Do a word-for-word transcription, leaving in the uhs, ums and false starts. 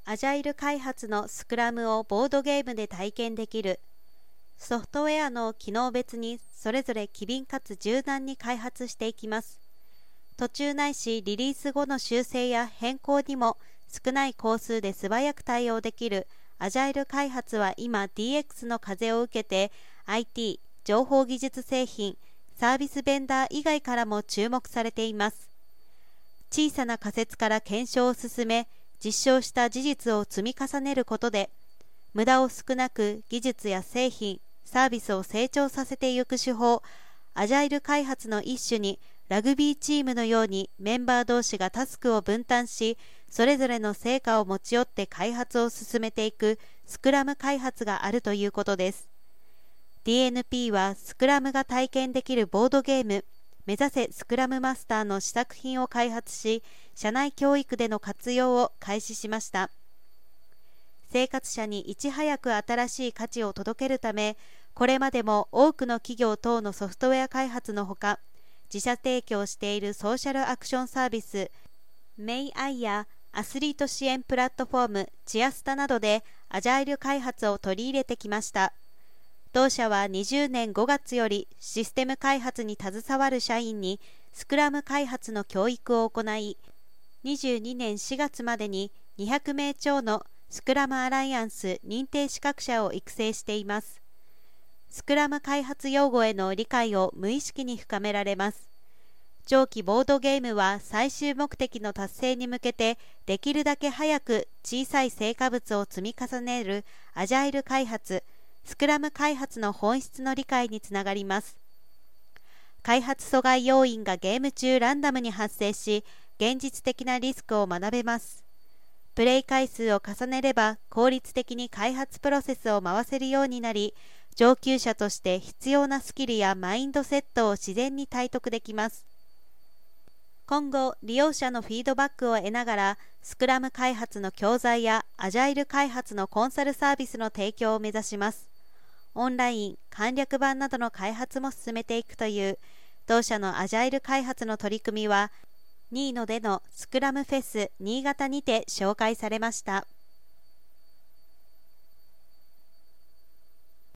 アジャイル開発のスクラムをボードゲームで体験できる。ソフトウェアの機能別にそれぞれ機敏かつ柔軟に開発していきます。途中ないしリリース後の修正や変更にも少ない工数で素早く対応できるアジャイル開発は今 ディーエックス の風を受けて アイティー、情報技術製品、サービスベンダー以外からも注目されています。小さな仮説から検証を進め、実証した事実を積み重ねることで、無駄を少なく技術や製品、サービスを成長させていく手法、アジャイル開発の一種に、ラグビーチームのようにメンバー同士がタスクを分担し、それぞれの成果を持ち寄って開発を進めていくスクラム開発があるということです。ディーエヌピー はスクラムが体験できるボードゲーム、目指せスクラムマスターの試作品を開発し、社内教育での活用を開始しました。生活者にいち早く新しい価値を届けるため、これまでも多くの企業等のソフトウェア開発のほか、自社提供しているソーシャルアクションサービス、メイアイやアスリート支援プラットフォーム、チアスタなどでアジャイル開発を取り入れてきました。同社はにじゅうねんごがつよりシステム開発に携わる社員にスクラム開発の教育を行い、にじゅうにねんしがつまでににひゃくめい超のスクラムアライアンス認定資格者を育成しています。スクラム開発用語への理解を無意識に深められます。長期ボードゲームは最終目的の達成に向けてできるだけ早く小さい成果物を積み重ねるアジャイル開発、スクラム開発の本質の理解につながります。開発阻害要因がゲーム中ランダムに発生し、現実的なリスクを学べます。プレイ回数を重ねれば効率的に開発プロセスを回せるようになり、上級者として必要なスキルやマインドセットを自然に体得できます。今後、利用者のフィードバックを得ながら、スクラム開発の教材やアジャイル開発のコンサルサービスの提供を目指します。オンライン、簡略版などの開発も進めていくという、同社のアジャイル開発の取り組みは、ニーノでのスクラムフェス新潟にて紹介されました。